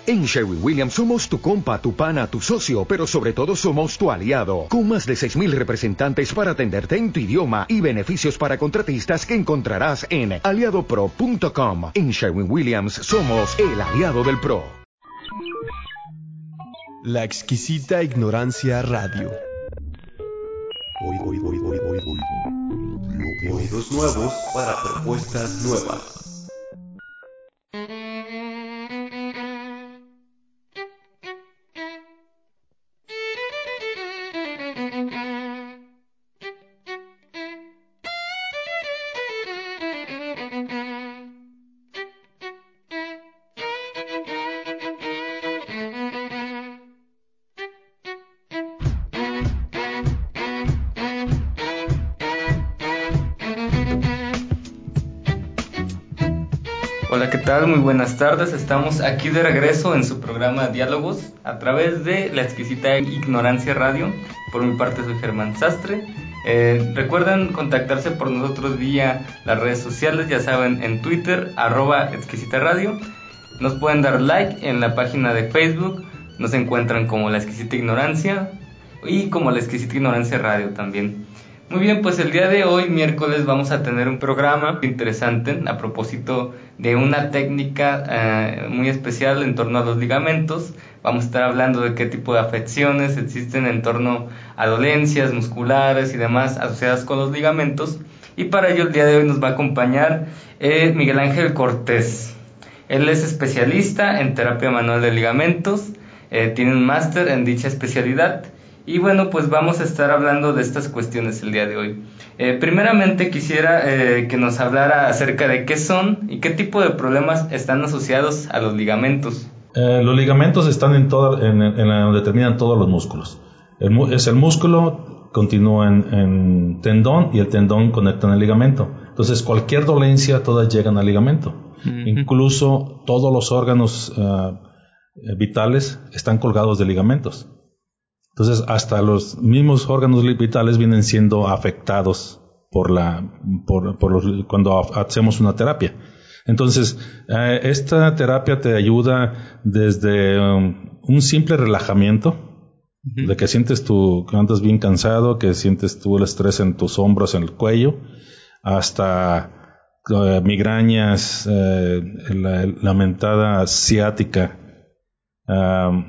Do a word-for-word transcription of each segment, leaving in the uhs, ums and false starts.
En Sherwin-Williams somos tu compa, tu pana, tu socio, pero sobre todo somos tu aliado, con más de seis mil representantes para atenderte en tu idioma y beneficios para contratistas que encontrarás en aliado pro punto com. En Sherwin-Williams somos el aliado del pro. La exquisita ignorancia radio. Oí, oí, oí, oí, oí, oí. Oídos nuevos para propuestas nuevas. Hola, ¿qué tal? Muy buenas tardes. Estamos aquí de regreso en su programa Diálogos a través de La Exquisita Ignorancia Radio. Por mi parte soy Germán Sastre. Eh, recuerden contactarse por nosotros vía las redes sociales, ya saben, en Twitter, arroba Exquisita Radio. Nos pueden dar like en la página de Facebook. Nos encuentran como La Exquisita Ignorancia y como La Exquisita Ignorancia Radio también. Muy bien, pues el día de hoy, miércoles, vamos a tener un programa interesante a propósito de una técnica eh, muy especial en torno a los ligamentos. Vamos a estar hablando de qué tipo de afecciones existen en torno a dolencias musculares y demás asociadas con los ligamentos. Y para ello el día de hoy nos va a acompañar eh, Miguel Ángel Cortés. Él es especialista en terapia manual de ligamentos, eh, tiene un máster en dicha especialidad. Y bueno, pues vamos a estar hablando de estas cuestiones el día de hoy. Eh, primeramente quisiera eh, que nos hablara acerca de qué son y qué tipo de problemas están asociados a los ligamentos. Eh, los ligamentos están en toda, en, en la donde terminan todos los músculos. El, es el músculo, continúa en, en tendón y el tendón conecta en el ligamento. Entonces cualquier dolencia, todas llegan al ligamento. Uh-huh. Incluso todos los órganos uh, vitales están colgados de ligamentos. Entonces, hasta los mismos órganos vitales vienen siendo afectados por la, por, por los, cuando hacemos una terapia. Entonces, eh, esta terapia te ayuda desde um, un simple relajamiento, uh-huh. de que sientes tu, que andas bien cansado, que sientes tú el estrés en tus hombros, en el cuello, hasta uh, migrañas, eh, la, la mentada ciática, um,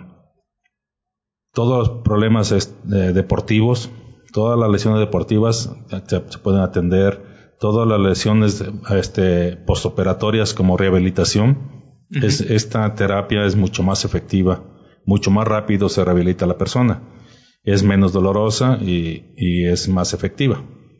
todos los problemas eh, deportivos, todas las lesiones deportivas se, se pueden atender, todas las lesiones este, postoperatorias como rehabilitación. Uh-huh. Es, esta terapia es mucho más efectiva, mucho más rápido se rehabilita a la persona, es menos dolorosa y, y es más efectiva.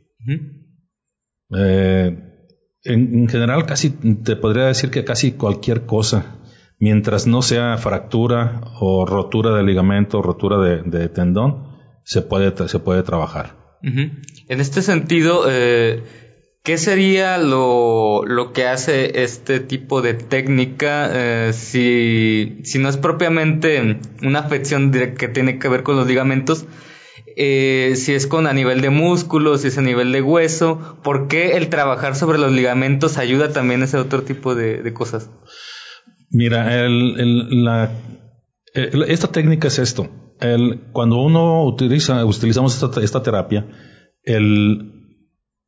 Uh-huh. Eh, en, en general, casi te podría decir que casi cualquier cosa, mientras no sea fractura o rotura de ligamento, rotura de, de tendón, se puede, se puede trabajar. Uh-huh. En este sentido, eh, ¿qué sería lo, lo que hace este tipo de técnica eh, si, si no es propiamente una afección que tiene que ver con los ligamentos? Eh, si es con a nivel de músculo, si es a nivel de hueso, ¿por qué el trabajar sobre los ligamentos ayuda también a ese otro tipo de, de cosas? Mira, el, el, la, el, esta técnica es esto. El, cuando uno utiliza, utilizamos esta, esta terapia, el,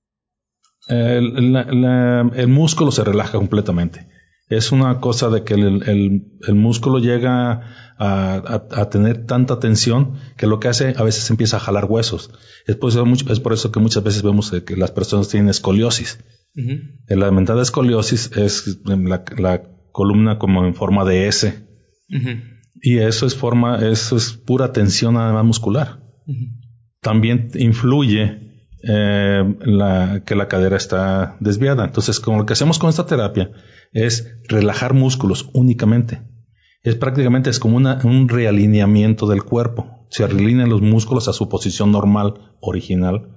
el, la, la, el músculo se relaja completamente. Es una cosa de que el, el, el músculo llega a, a, a tener tanta tensión que lo que hace a veces empieza a jalar huesos. Es por eso, es por eso que muchas veces vemos que las personas tienen escoliosis. Uh-huh. La mentada escoliosis es la, la columna como en forma de S. Uh-huh. Y eso es forma, eso es pura tensión nada más muscular. Uh-huh. También influye eh, la, que la cadera está desviada. Entonces, como lo que hacemos con esta terapia es relajar músculos únicamente. Es prácticamente es como una, un realineamiento del cuerpo. Se realinean los músculos a su posición normal, original.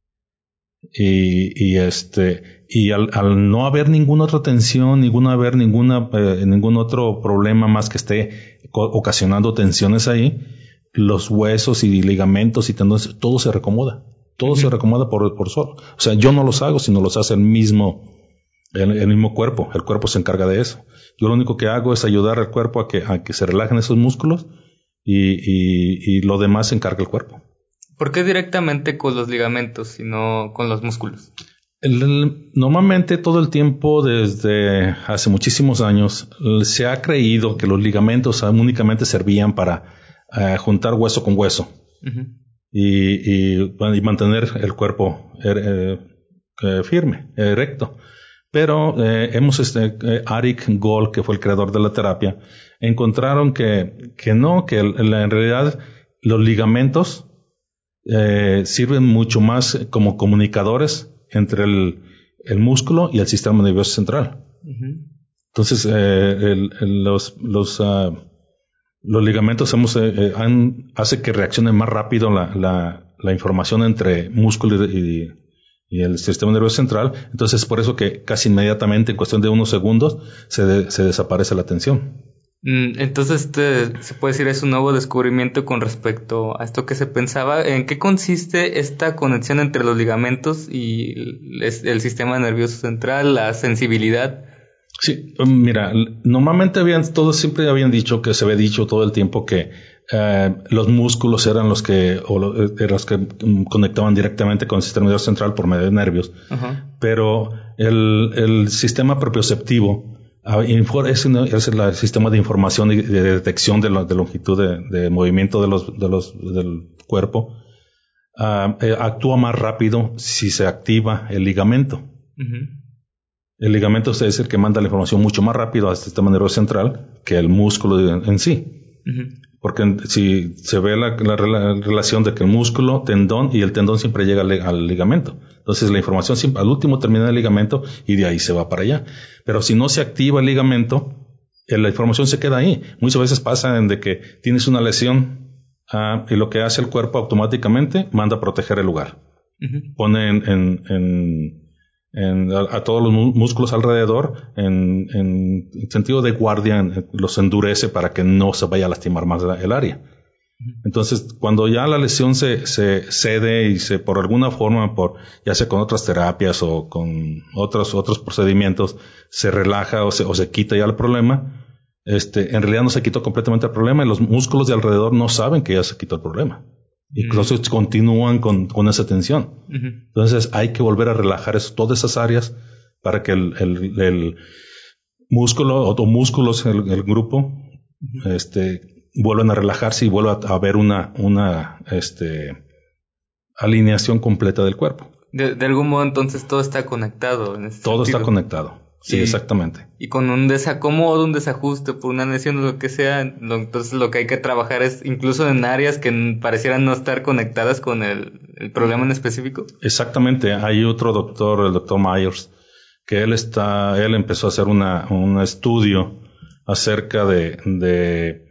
Y, y este y al, al no haber ninguna otra tensión, ninguna haber ninguna eh, ningún otro problema más que esté ocasionando tensiones ahí, los huesos y ligamentos y tendones, todo se reacomoda, todo uh-huh. se reacomoda por por solo. O sea, yo no los hago, sino los hace el mismo El, el mismo cuerpo, el cuerpo se encarga de eso. Yo lo único que hago es ayudar al cuerpo a que, a que se relajen esos músculos y, y, y lo demás se encarga el cuerpo. ¿Por qué directamente con los ligamentos y no con los músculos? El, el, normalmente todo el tiempo, desde hace muchísimos años, se ha creído que los ligamentos únicamente servían para uh, juntar hueso con hueso uh-huh. y, y, y mantener el cuerpo er, eh, firme, erecto. Pero eh, hemos, este, eh, Arik Gol, que fue el creador de la terapia, encontraron que, que no, que el, en realidad los ligamentos eh, sirven mucho más como comunicadores entre el, el músculo y el sistema nervioso central. Uh-huh. Entonces, eh, el, el, los, los, uh, los ligamentos hemos, eh, han, hace que reaccione más rápido la, la, la información entre músculo y, y y el sistema nervioso central. Entonces es por eso que casi inmediatamente, en cuestión de unos segundos, se, de, se desaparece la tensión. Entonces este, se puede decir es un nuevo descubrimiento con respecto a esto que se pensaba. ¿En qué consiste esta conexión entre los ligamentos y el, el sistema nervioso central, la sensibilidad? Sí, mira, normalmente habían, todos siempre habían dicho, que se había dicho todo el tiempo que eh, los músculos eran los que, o lo, eran los que conectaban directamente con el sistema nervioso central por medio de nervios. Uh-huh. Pero el, el sistema propioceptivo es, es el sistema de información y de detección de, la, de longitud de, de movimiento de los, de los, del cuerpo. Uh, eh, actúa más rápido si se activa el ligamento. Uh-huh. El ligamento es el que manda la información mucho más rápido al sistema nervioso central que el músculo en, en sí. Uh-huh. Porque si se ve la, la, la relación de que el músculo, tendón y el tendón siempre llega al, al ligamento. Entonces la información siempre, al último termina en el ligamento y de ahí se va para allá. Pero si no se activa el ligamento, la información se queda ahí. Muchas veces pasa en de que tienes una lesión uh, y lo que hace el cuerpo automáticamente manda a proteger el lugar. Uh-huh. Pone en, en, en En, a, a todos los músculos alrededor en, en sentido de guardia, en, los endurece para que no se vaya a lastimar más la, el área. Entonces, cuando ya la lesión se, se cede y se, por alguna forma, por ya sea con otras terapias o con otros otros procedimientos, se relaja o se, o se quita ya el problema, este, en realidad no se quitó completamente el problema y los músculos de alrededor no saben que ya se quitó el problema. Y entonces uh-huh. continúan con, con esa tensión. Uh-huh. Entonces hay que volver a relajar eso, todas esas áreas para que el, el, el músculo o músculos, el, el grupo, uh-huh. este, vuelvan a relajarse y vuelva a haber una, una este, alineación completa del cuerpo. De, de algún modo entonces todo está conectado. En ese todo sentido. Está conectado. Sí, y, exactamente. Y con un desacomodo, un desajuste por una lesión o lo que sea, lo, entonces lo que hay que trabajar es incluso en áreas que parecieran no estar conectadas con el, el problema en específico. Exactamente. Hay otro doctor, el doctor Myers, que él está, él empezó a hacer una, un estudio acerca de, de,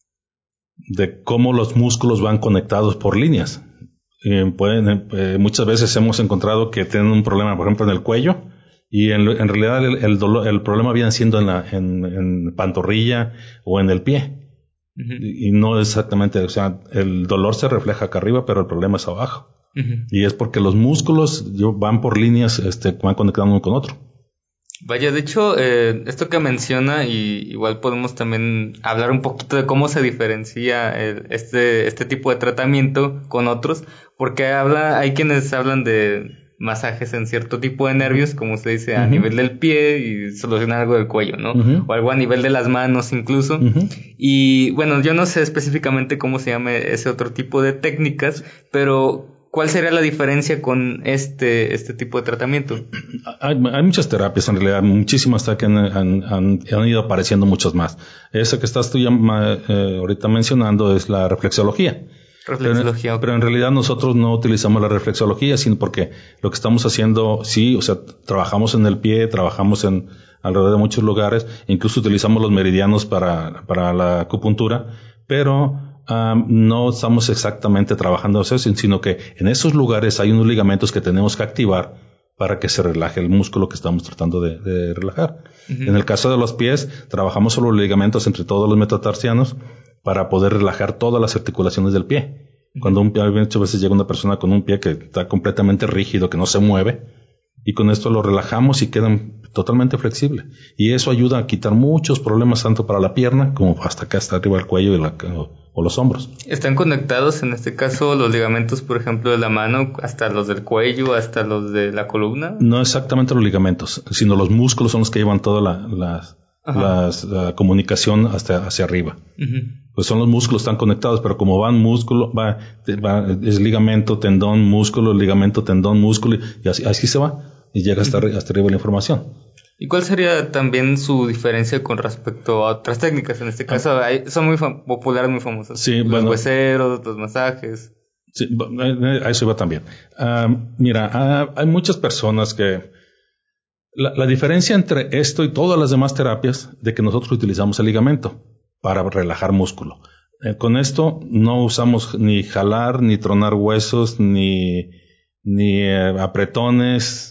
de cómo los músculos van conectados por líneas. Eh, pueden, eh, muchas veces hemos encontrado que tienen un problema, por ejemplo, en el cuello. Y en, en realidad el, el, dolor, el problema viene siendo en la en, en pantorrilla o en el pie. Uh-huh. Y, y no exactamente, o sea, el dolor se refleja acá arriba, pero el problema es abajo. Uh-huh. Y es porque los músculos van por líneas, este, van conectando uno con otro. Vaya, de hecho, eh, esto que menciona, y igual podemos también hablar un poquito de cómo se diferencia el, este, este tipo de tratamiento con otros, porque habla, hay quienes hablan de masajes en cierto tipo de nervios, como usted dice, a uh-huh. nivel del pie y solucionar algo del cuello, ¿no? Uh-huh. O algo a nivel de las manos incluso. Uh-huh. Y bueno, yo no sé específicamente cómo se llama ese otro tipo de técnicas, pero ¿cuál sería la diferencia con este este tipo de tratamiento? Hay, hay muchas terapias en realidad, muchísimas hasta que han, han, han, han ido apareciendo muchas más. Esa que estás tú ya eh, ahorita mencionando es la reflexología. Reflexología. Pero, pero en realidad nosotros no utilizamos la reflexología, sino porque lo que estamos haciendo, sí, o sea, trabajamos en el pie, trabajamos en alrededor de muchos lugares, incluso utilizamos los meridianos para, para la acupuntura, pero um, no estamos exactamente trabajando eso, sino que en esos lugares hay unos ligamentos que tenemos que activar para que se relaje el músculo que estamos tratando de, de relajar. Uh-huh. En el caso de los pies, trabajamos solo los ligamentos entre todos los metatarsianos para poder relajar todas las articulaciones del pie. Uh-huh. Cuando un pie, muchas veces llega una persona con un pie que está completamente rígido, que no se mueve, y con esto lo relajamos y quedan totalmente flexibles. Y eso ayuda a quitar muchos problemas tanto para la pierna como hasta acá, hasta arriba del cuello y la, o los hombros. ¿Están conectados en este caso los ligamentos, por ejemplo, de la mano, hasta los del cuello, hasta los de la columna? No exactamente los ligamentos, sino los músculos son los que llevan toda la, la, las, la comunicación hasta hacia arriba. Uh-huh. Pues son los músculos están conectados, pero como van músculo, va, va es ligamento, tendón, músculo, ligamento, tendón, músculo, y así, así se va y llega hasta, uh-huh. hasta arriba la información. ¿Y cuál sería también su diferencia con respecto a otras técnicas? En este caso, ah. hay, son muy fam- populares, muy famosas. Sí, los bueno, hueseros, los masajes. Sí, a eso iba también. Uh, mira, uh, hay muchas personas que... La, la diferencia entre esto y todas las demás terapias de que nosotros utilizamos el ligamento para relajar músculo. Eh, con esto no usamos ni jalar, ni tronar huesos, ni... ni eh, apretones,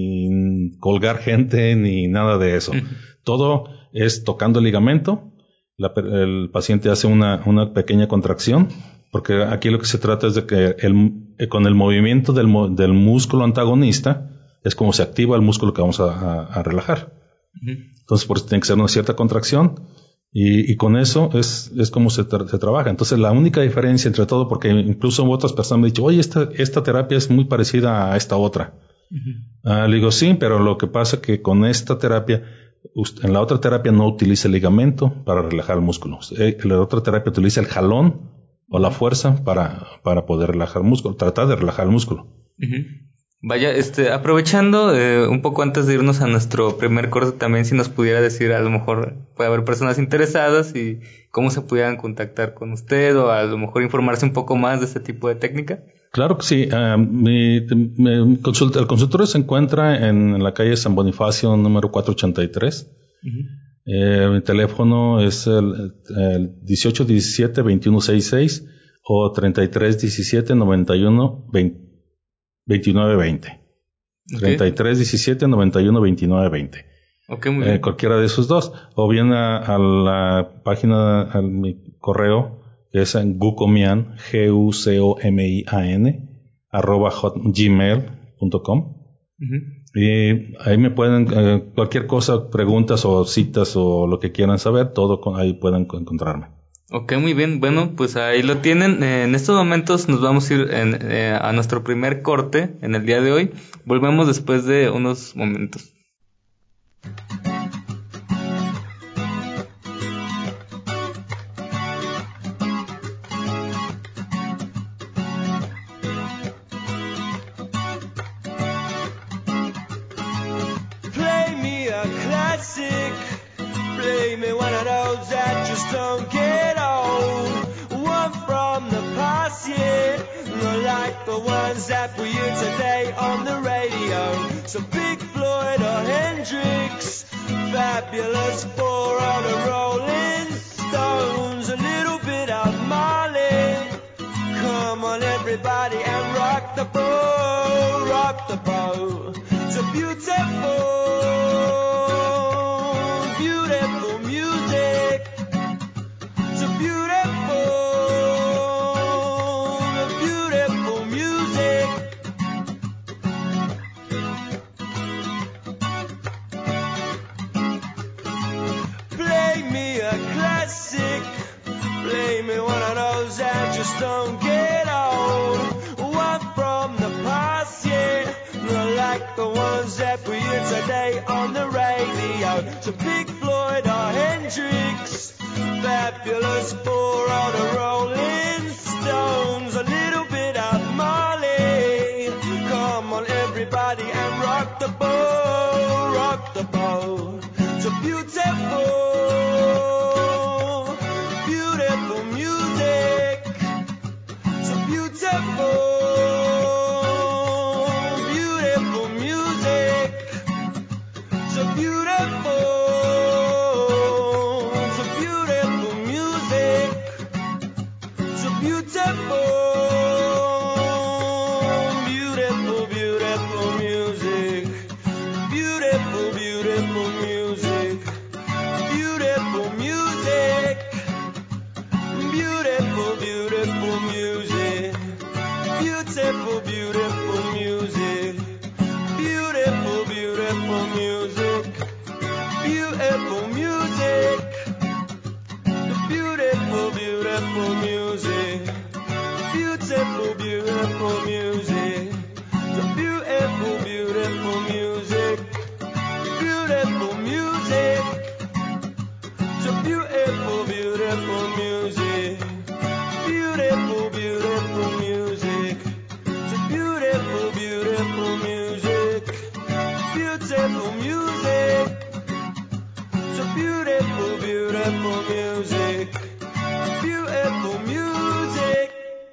ni colgar gente, ni nada de eso. Uh-huh. Todo es tocando el ligamento. La, el paciente hace una, una pequeña contracción, porque aquí lo que se trata es de que el, eh, con el movimiento del, del músculo antagonista es como se activa el músculo que vamos a, a, a relajar. Uh-huh. Entonces, por eso tiene que ser una cierta contracción. Y, y con eso es, es como se, tra- se trabaja. Entonces, la única diferencia entre todo, porque incluso otras personas me han dicho, oye, esta, esta terapia es muy parecida a esta otra. Uh-huh. Uh, le digo, sí, pero lo que pasa es que con esta terapia, en la otra terapia no utiliza el ligamento para relajar el músculo. En la otra terapia utiliza el jalón o la fuerza para, para poder relajar el músculo, tratar de relajar el músculo. Uh-huh. Vaya, este, aprovechando eh, un poco antes de irnos a nuestro primer corte, también si nos pudiera decir, a lo mejor puede haber personas interesadas y cómo se pudieran contactar con usted o a lo mejor informarse un poco más de este tipo de técnica. Claro que sí. Uh, mi, mi consulta, el consultorio se encuentra en, en la calle San Bonifacio número cuatrocientos ochenta y tres. Uh-huh. Eh, mi teléfono es el, el dieciocho diecisiete veintiuno sesenta y seis o treinta y tres diecisiete noventa y uno veintinueve veinte. Okay. treinta y tres diecisiete noventa y uno veintinueve veinte. Okay, muy bien. Eh, cualquiera de esos dos. O bien a, a la página, a mi correo, que es en gucomian, G U C O M I A N, arroba gmail punto com. Uh-huh. Y ahí me pueden, eh, cualquier cosa, preguntas o citas o lo que quieran saber, todo con, ahí pueden encontrarme. Ok, muy bien. Bueno, pues ahí lo tienen. Eh, en estos momentos nos vamos a ir en, eh, a nuestro primer corte en el día de hoy. Volvemos después de unos momentos. Play me a classic. Play me one of those that just don't get old. One from the past, yeah, not like the ones that we hear today on the radio. So Pink Floyd or Hendrix, Fabulous Four or the Rolling Stones, a little bit of Marley. Come on everybody and rock the boat, rock the boat. So beautiful. Don't get old. One from the past, yeah, not like the ones that we hear today on the radio. So Pink Floyd or Hendrix, Fabulous Four or the Rolling Stones, a little bit of Marley. Come on everybody and rock the boat, rock the boat. So beautiful. Beautiful, beautiful music. Beautiful. beautiful music. Beautiful, beautiful music. The beautiful, beautiful music. Beautiful music. The beautiful, beautiful music. Beautiful, beautiful music. The beautiful, beautiful music. Beautiful music. The beautiful, beautiful music. Beautiful music.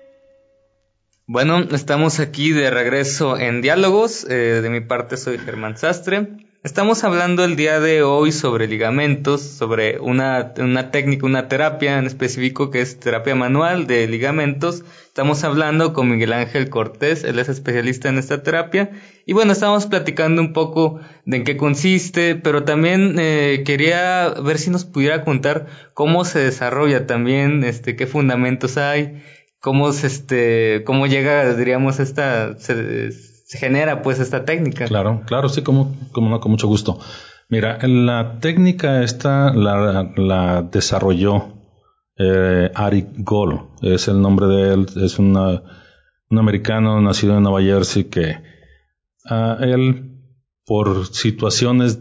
Bueno, estamos aquí de regreso en Diálogos. Eh, de mi parte soy Germán Sastre. Estamos hablando el día de hoy sobre ligamentos, sobre una, una técnica, una terapia en específico que es terapia manual de ligamentos. Estamos hablando con Miguel Ángel Cortés, él es especialista en esta terapia. Y bueno, estamos platicando un poco de en qué consiste, pero también eh, quería ver si nos pudiera contar cómo se desarrolla también, este, qué fundamentos hay, cómo se, este, cómo llega, diríamos, esta, se, se genera pues esta técnica. Claro, claro, sí, como, como no, con mucho gusto. Mira, la técnica esta la, la desarrolló eh, Arik Gol, es el nombre de él, es una, un americano nacido en Nueva Jersey que uh, él, por situaciones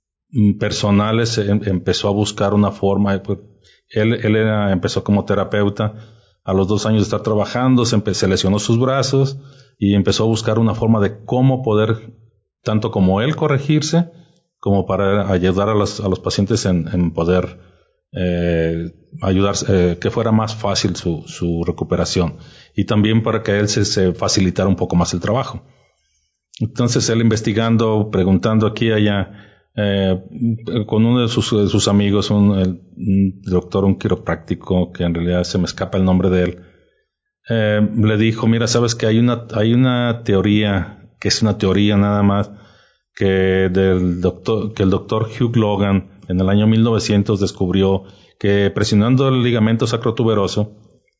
personales, em, empezó a buscar una forma. Pues, él él era, empezó como terapeuta. A los dos años de estar trabajando, se, empe- se lesionó sus brazos y empezó a buscar una forma de cómo poder, tanto como él, corregirse, como para ayudar a los, a los pacientes en, en poder eh, ayudar, eh, que fuera más fácil su, su recuperación. Y también para que él se, se facilitara un poco más el trabajo. Entonces él investigando, preguntando aquí y allá, eh, con uno de sus, de sus amigos, un, el, un doctor, un quiropráctico, que en realidad se me escapa el nombre de él, eh, le dijo, mira, sabes que hay una, hay una teoría, que es una teoría nada más, que del doctor, que el doctor Hugh Logan en el año mil novecientos descubrió que presionando el ligamento sacrotuberoso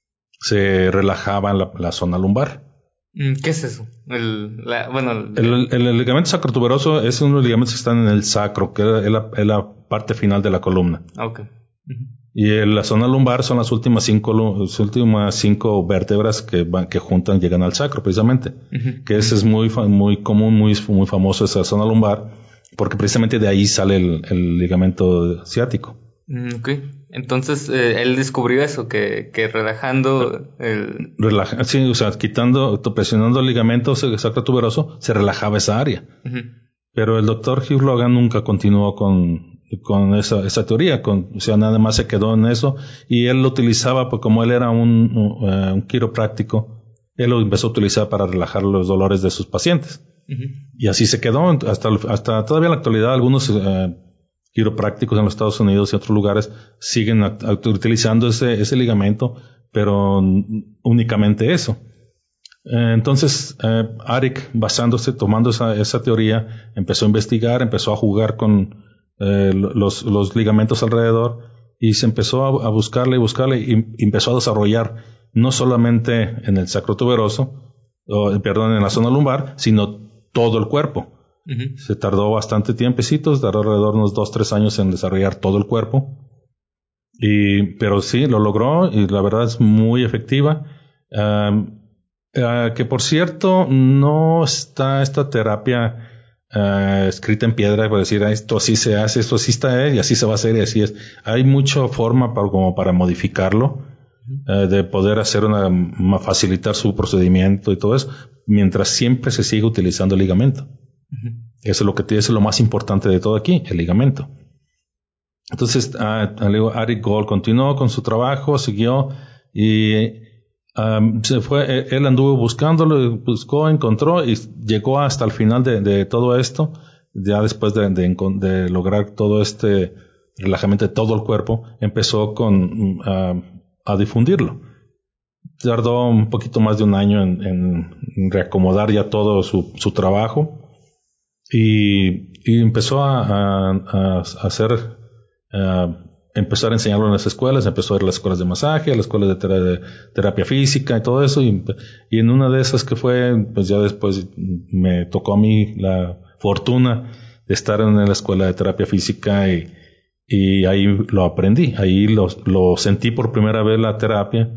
se relajaba la, la zona lumbar. ¿Qué es eso? El, la, bueno, el, el, el, el ligamento sacrotuberoso es uno de los ligamentos que están en el sacro, que es la, es la parte final de la columna. Okay. Uh-huh. Y en la zona lumbar son las últimas cinco, las últimas cinco vértebras que van, que juntan, llegan al sacro, precisamente. Uh-huh. Que ese es muy, muy común, muy, muy famoso esa zona lumbar, porque precisamente de ahí sale el, el ligamento ciático. Okay. Entonces, eh, él descubrió eso, que, que relajando el... Relaja, sí, o sea, quitando, presionando el ligamento sacrotuberoso, se relajaba esa área. Uh-huh. Pero el doctor Hugh Logan nunca continuó con, con esa, esa teoría, con, o sea, nada más se quedó en eso, y él lo utilizaba, pues como él era un, un, uh, un quiropráctico, él lo empezó a utilizar para relajar los dolores de sus pacientes. Uh-huh. Y así se quedó, hasta, hasta todavía en la actualidad, algunos uh, quiroprácticos en los Estados Unidos y otros lugares siguen utilizando ese, ese ligamento, pero únicamente eso. Eh, entonces, eh, Arik, basándose, tomando esa, esa teoría, empezó a investigar, empezó a jugar con eh, los, los ligamentos alrededor y se empezó a, a buscarle y buscarle y, y empezó a desarrollar no solamente en el sacrotuberoso, o, perdón, en la zona lumbar, sino todo el cuerpo. Uh-huh. Se tardó bastante tiempecitos, tardó alrededor de unos dos, tres años en desarrollar todo el cuerpo. Y, pero sí, lo logró y la verdad es muy efectiva. Um, uh, que por cierto, no está esta terapia uh, escrita en piedra para decir, ah, esto así se hace, esto así está, eh, y así se va a hacer y así es. Hay mucha forma para, como para modificarlo, uh, de poder hacer una, facilitar su procedimiento y todo eso, mientras siempre se sigue utilizando el ligamento. Uh-huh. Eso es lo que eso es lo más importante de todo aquí, el ligamento. Entonces, uh, Arik Gol continuó con su trabajo, siguió y um, se fue. Él anduvo buscándolo, buscó, encontró y llegó hasta el final de, de todo esto. Ya después de, de, de lograr todo este relajamiento de todo el cuerpo, empezó con uh, a difundirlo. Tardó un poquito más de un año en, en reacomodar ya todo su, su trabajo. Y, y empezó a, a, a hacer, a empezar a enseñarlo en las escuelas, empezó a ir a las escuelas de masaje, a las escuelas de, tera, de terapia física y todo eso. Y, y en una de esas que fue, pues ya después me tocó a mí la fortuna de estar en la escuela de terapia física y, y ahí lo aprendí, ahí lo, lo sentí por primera vez la terapia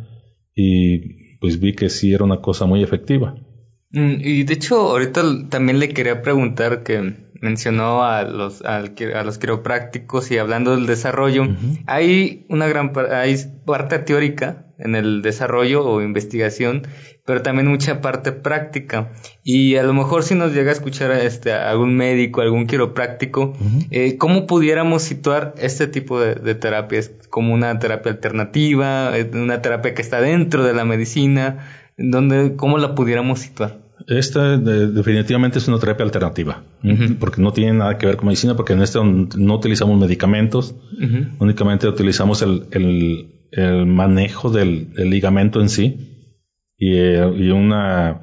y pues vi que sí era una cosa muy efectiva. Mm, Y de hecho, ahorita l- también le quería preguntar que mencionó a los al qui- a los quiroprácticos y hablando del desarrollo, Ujú. hay una gran par- hay parte teórica en el desarrollo o investigación, pero también mucha parte práctica. Y a lo mejor si nos llega a escuchar a este a algún médico, algún quiropráctico, Ujú. eh, ¿cómo pudiéramos situar este tipo de, de terapias como una terapia alternativa, eh, una terapia que está dentro de la medicina? ¿Dónde, cómo la pudiéramos situar? Esta de- definitivamente es una terapia alternativa, Ujú. porque no tiene nada que ver con medicina, porque en esta no utilizamos medicamentos, Ujú. únicamente utilizamos el, el, el manejo del, del ligamento en sí y, eh, y un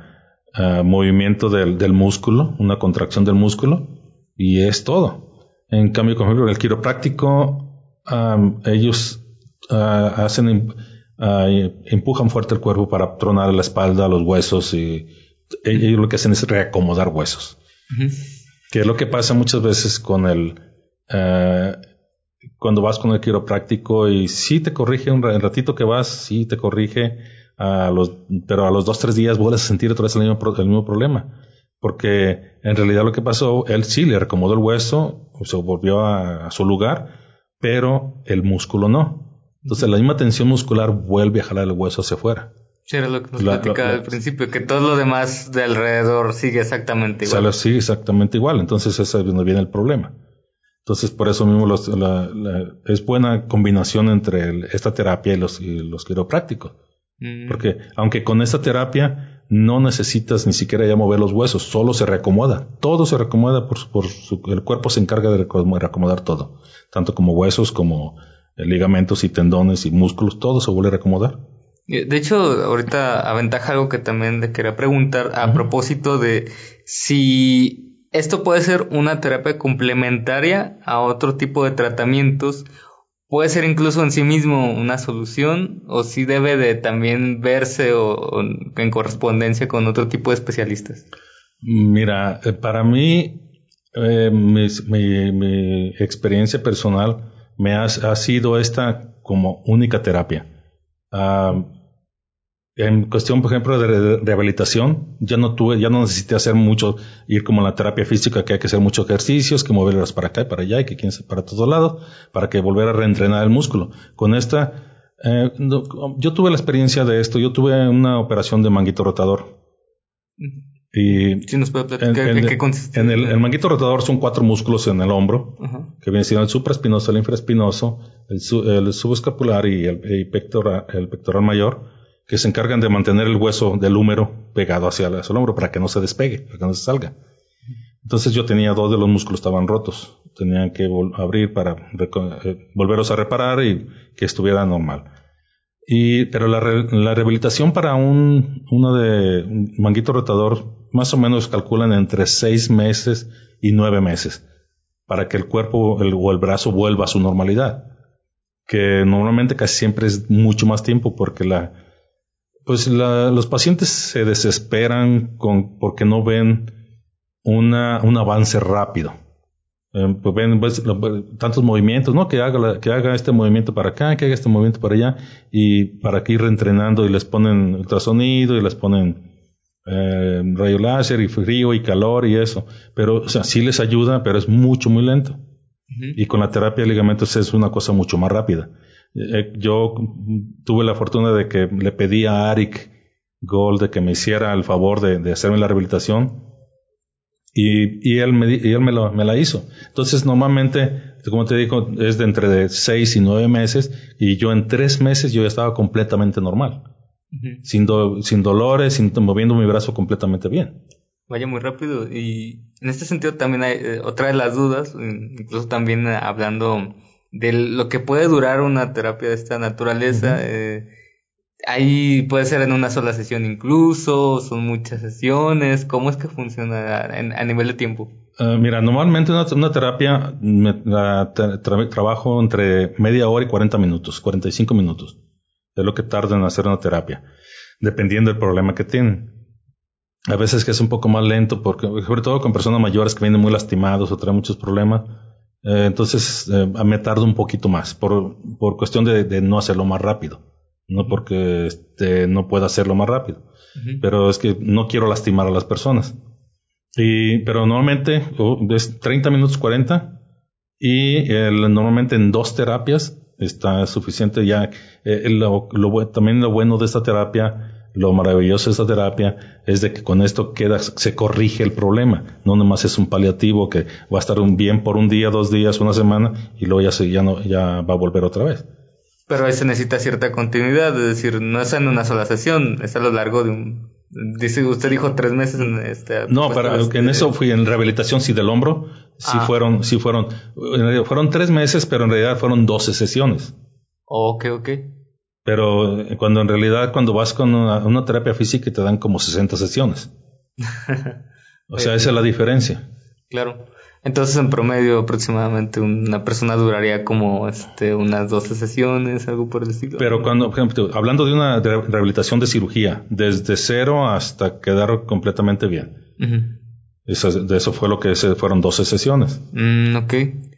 movimiento del, del músculo, una contracción del músculo, y es todo. En cambio, por ejemplo, en el quiropráctico, um, ellos uh, hacen, uh, empujan fuerte el cuerpo para tronar la espalda, los huesos, y ellos lo que hacen es reacomodar huesos. Ujú. Que es lo que pasa muchas veces con el uh, cuando vas con el quiropráctico y sí te corrige un ratito que vas, sí te corrige, a los, pero a los dos, tres días vuelves a sentir otra vez el mismo, el mismo problema. Porque en realidad lo que pasó, él sí le recomodó el hueso, se volvió a, a su lugar, pero el músculo no. Entonces la misma tensión muscular vuelve a jalar el hueso hacia afuera. Sí, era lo que nos La- platicaba la- al principio, que todo lo demás de alrededor sigue exactamente O sea, igual. sí, exactamente igual. Entonces ese es donde viene el problema. Entonces, por eso mismo los, la, la, es buena combinación entre el, esta terapia y los, y los quiroprácticos. Mm. Porque aunque con esta terapia no necesitas ni siquiera ya mover los huesos, solo se reacomoda. Todo se reacomoda por, por su, el cuerpo se encarga de reacomodar todo. Tanto como huesos, como ligamentos y tendones y músculos, todo se vuelve a reacomodar. De hecho, ahorita aventaja algo que también le quería preguntar a Ujú. propósito de si esto puede ser una terapia complementaria a otro tipo de tratamientos, puede ser incluso en sí mismo una solución, o si debe de también verse o, o en correspondencia con otro tipo de especialistas. Mira, eh, para mí, eh, mis- mi, mi experiencia personal me ha, ha sido esta como única terapia. Ah, en cuestión, por ejemplo, de re- rehabilitación, ya no tuve, ya no necesité hacer mucho, ir como en la terapia física, que hay que hacer muchos ejercicios, que moverlas para acá y para allá, y que quién se para todos lados, para que volver a reentrenar el músculo. Con esta, eh, no- yo tuve la experiencia de esto, yo tuve una operación de manguito rotador. Y Si nos puede en, platicar en- en qué consiste. en el, el manguito rotador son cuatro músculos en el hombro, Ajá. que viene siendo el supraespinoso, el infraespinoso, el, su- el subescapular y el, el pectoral, el pectoral mayor, que se encargan de mantener el hueso del húmero pegado hacia el, hacia el hombro para que no se despegue, para que no se salga. Entonces yo tenía dos de los músculos estaban rotos, tenían que vol- abrir para reco- eh, volverlos a reparar y que estuviera normal. Y, pero la, re- la rehabilitación para un, uno de un manguito rotador, más o menos calculan entre seis meses y nueve meses para que el cuerpo el, o el brazo vuelva a su normalidad. Que normalmente casi siempre es mucho más tiempo porque la, pues la, los pacientes se desesperan con, porque no ven una, un avance rápido. Eh, pues ven pues, lo- tantos movimientos, ¿no? Que haga, la- que haga este movimiento para acá, que haga este movimiento para allá, y para que ir reentrenando y les ponen ultrasonido y les ponen eh, rayo láser y frío y calor y eso. Pero, o sea, sí les ayuda, pero es mucho, muy lento. Ujú. Y con la terapia de ligamentos es una cosa mucho más rápida. Eh, yo tuve la fortuna de que le pedí a Arik Gold de que me hiciera el favor de, de hacerme la rehabilitación y, y él, me, di- y él me, lo- me la hizo. Entonces, normalmente, como te digo, es de entre de seis y nueve meses y yo en tres meses yo ya estaba completamente normal, Ujú. sin, do- sin dolores, sin, moviendo mi brazo completamente bien. Vaya muy rápido. Y en este sentido también hay eh, otra de las dudas, mm, incluso también eh, hablando de lo que puede durar una terapia de esta naturaleza. Ujú. eh, ahí puede ser en una sola sesión incluso, son muchas sesiones. ¿Cómo es que funciona en- a nivel de tiempo? Uh, mira, normalmente una, una terapia me, la tra- tra- trabajo entre media hora y cuarenta minutos, cuarenta y cinco minutos. Es lo que tarda en hacer una terapia, dependiendo del problema que tienen. A veces que es un poco más lento, porque sobre todo con personas mayores que vienen muy lastimados o traen muchos problemas, Eh, entonces eh, me tardo un poquito más por, por cuestión de, de no hacerlo más rápido, no porque este, no pueda hacerlo más rápido, uh-huh. pero es que no quiero lastimar a las personas. Y, pero normalmente oh, es treinta minutos, cuarenta, y el, normalmente en dos terapias está suficiente ya. Eh, lo, lo, también lo bueno de esta terapia, lo maravilloso de esta terapia es de que con esto queda, se corrige el problema. No nomás es un paliativo que va a estar un bien por un día, dos días, una semana y luego ya, se, ya, no, ya va a volver otra vez. Pero ahí se necesita cierta continuidad, es decir, no es en una sola sesión, es a lo largo de un... Dice, usted dijo tres meses en este... No, pero este, en eso fui en rehabilitación, sí, del hombro, sí ah. fueron, sí fueron, fueron tres meses, pero en realidad fueron doce sesiones. Ok, ok. Pero cuando en realidad cuando vas con una, una terapia física te dan como sesenta sesiones. O sea, esa es la diferencia. Claro. Entonces en promedio aproximadamente una persona duraría como este unas doce sesiones, algo por el estilo. Pero cuando, por ejemplo, hablando de una de rehabilitación de cirugía, desde cero hasta quedar completamente bien. Uh-huh. Eso, de eso fue lo que se, fueron doce sesiones. Mm, ok.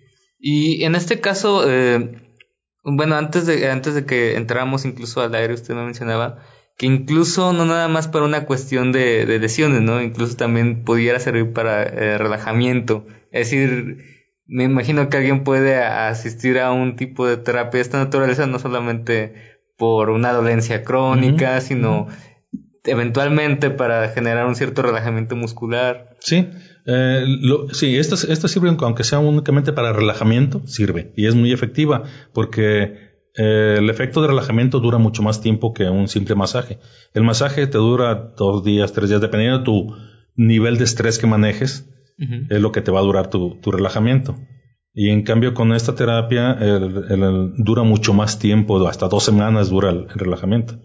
Y en este caso... Eh, Bueno, antes de antes de que entráramos incluso al aire, usted me mencionaba que incluso no nada más para una cuestión de, de lesiones, ¿no? Incluso también pudiera servir para eh, relajamiento. Es decir, me imagino que alguien puede asistir a un tipo de terapia de esta naturaleza no solamente por una dolencia crónica, uh-huh. sino uh-huh. eventualmente para generar un cierto relajamiento muscular. Sí. Eh, lo, sí, estas, estas sirven, aunque sea únicamente para relajamiento, sirve y es muy efectiva porque eh, el efecto de relajamiento dura mucho más tiempo que un simple masaje. El masaje te dura dos días, tres días, dependiendo de tu nivel de estrés que manejes, uh-huh. es lo que te va a durar tu, tu relajamiento. Y en cambio con esta terapia el, el, el, dura mucho más tiempo, hasta dos semanas dura el, el relajamiento.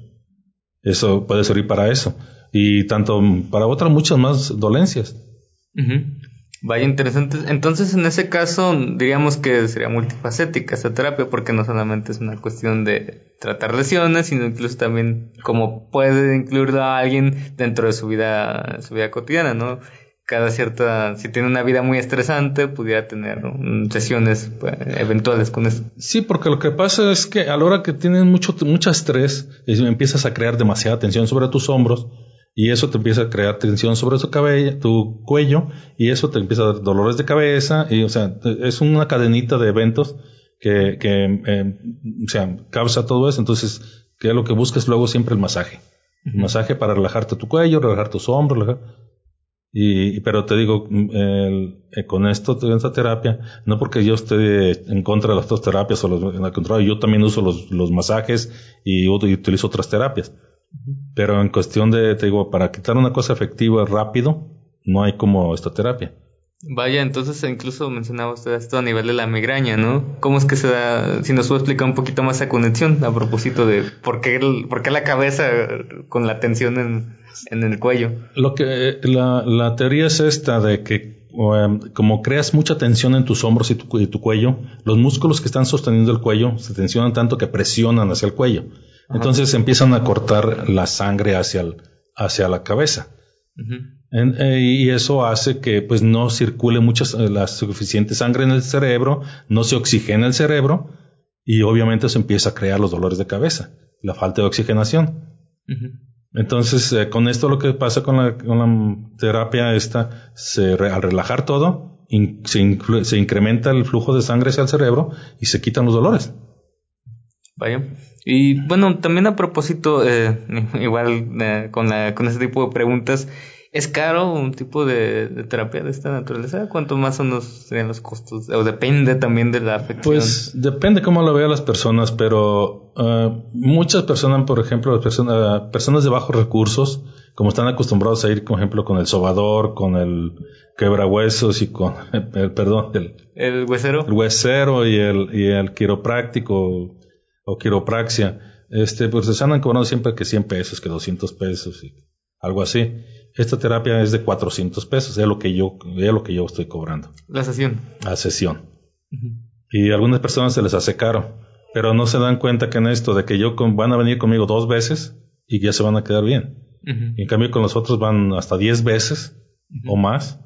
Eso puede servir para eso y tanto para otras muchas más dolencias. Uh-huh. Vaya, interesante. Entonces, en ese caso, diríamos que sería multifacética esta terapia, porque no solamente es una cuestión de tratar lesiones, sino incluso también como puede incluirlo a alguien dentro de su vida, su vida cotidiana, ¿no? Cada cierta, si tiene una vida muy estresante, pudiera tener um, sesiones pues, eventuales con esto. Sí, porque lo que pasa es que a la hora que tienes mucho, mucho estrés, empiezas a crear demasiada tensión sobre tus hombros. Y eso te empieza a crear tensión sobre tu cabello, tu cuello, y eso te empieza a dar dolores de cabeza, y o sea, es una cadenita de eventos que, que eh, o sea, causa todo eso. Entonces, que lo que buscas luego siempre el masaje. El masaje para relajarte tu cuello, relajar tus hombros, relajar. Y, pero te digo, el, eh, con esto, con esta terapia, no porque yo esté en contra de las otras terapias, o los, al contrario, yo también uso los, los masajes y, y utilizo otras terapias. Pero en cuestión de, te digo, para quitar una cosa efectiva rápido, no hay como esta terapia. Vaya, entonces incluso mencionaba usted esto a nivel de la migraña, ¿no? ¿Cómo es que se da? Si nos puede explicar un poquito más esa conexión a propósito de por qué, el, por qué la cabeza con la tensión en, en el cuello. Lo que la, la teoría es esta de que um, como creas mucha tensión en tus hombros y tu, y tu cuello, los músculos que están sosteniendo el cuello se tensionan tanto que presionan hacia el cuello. Entonces Ajá. empiezan a cortar la sangre hacia, el, hacia la cabeza. Uh-huh. En, eh, y eso hace que pues no circule mucha, la suficiente sangre en el cerebro, no se oxigena el cerebro y obviamente se empieza a crear los dolores de cabeza, la falta de oxigenación. Uh-huh. Entonces eh, con esto lo que pasa con la, con la terapia esta, se, al relajar todo, in, se, influ, se incrementa el flujo de sangre hacia el cerebro y se quitan los dolores. Vaya. Y bueno, también a propósito, eh, igual eh, con la, con ese tipo de preguntas, ¿es caro un tipo de, de terapia de esta naturaleza? ¿Cuánto más o menos serían los costos? ¿O depende también de la afección? Pues depende cómo lo vean las personas, pero uh, muchas personas, por ejemplo, personas, personas de bajos recursos, como están acostumbrados a ir, por ejemplo, con el sobador, con el quebrahuesos y con, el, perdón, el, el huesero, el huesero y el, y el quiropráctico o quiropraxia, este, pues se andan cobrando siempre que cien pesos, que doscientos pesos y algo así. Esta terapia es de cuatrocientos pesos, es lo que yo, es lo que yo estoy cobrando. La sesión. La sesión. Uh-huh. Y a algunas personas se les hace caro, pero no se dan cuenta que en esto de que yo con, van a venir conmigo dos veces y ya se van a quedar bien. Uh-huh. Y en cambio con los otros van hasta diez veces uh-huh. o más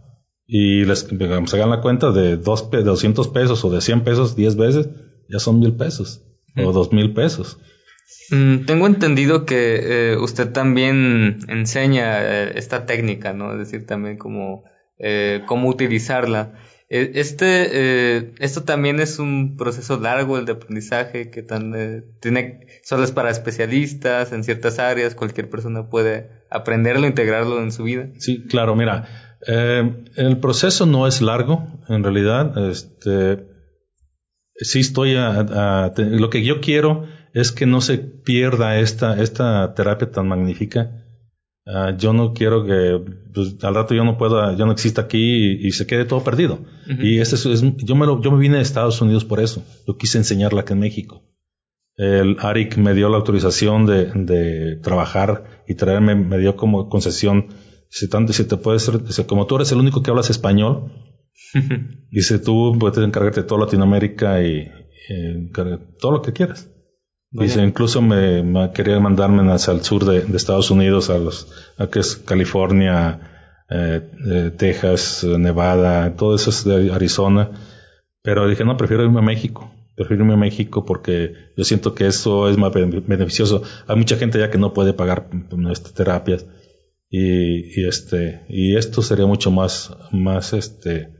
y les digamos, hagan la cuenta de, dos, de doscientos pesos o de cien pesos diez veces, ya son mil pesos mm. o dos mil pesos. Mm, tengo entendido que eh, usted también enseña eh, esta técnica, ¿no? Es decir, también cómo, eh, cómo utilizarla. Eh, este, eh, esto también es un proceso largo, el de aprendizaje, que tan, eh, tiene, solo es para especialistas en ciertas áreas, cualquier persona puede aprenderlo, integrarlo en su vida. Sí, claro, mira, eh, el proceso no es largo, en realidad, este, sí estoy a, a, te, lo que yo quiero es que no se pierda esta, esta terapia tan magnífica. Uh, yo no quiero que pues, al rato yo no pueda, yo no exista aquí y, y se quede todo perdido. Uh-huh. Y este es, es, yo me lo, yo me vine de Estados Unidos por eso. Yo quise enseñarla aquí en México. El A R I C me dio la autorización de, de trabajar y traerme, me dio como concesión, si tanto, si te puedes, dice, como tú eres el único que hablas español, dice, tú puedes encargarte de toda Latinoamérica y, y todo lo que quieras. Dice, incluso me, me quería mandarme hacia el sur de, de Estados Unidos, a los, a que es California, eh, eh, Texas, Nevada, todo eso es de Arizona. Pero dije, no, prefiero irme a México. Prefiero irme a México porque yo siento que eso es más beneficioso. Hay mucha gente ya que no puede pagar estas terapias. Y, y este, y esto sería mucho más, más este,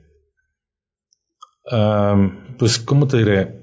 um, pues, ¿cómo te diré?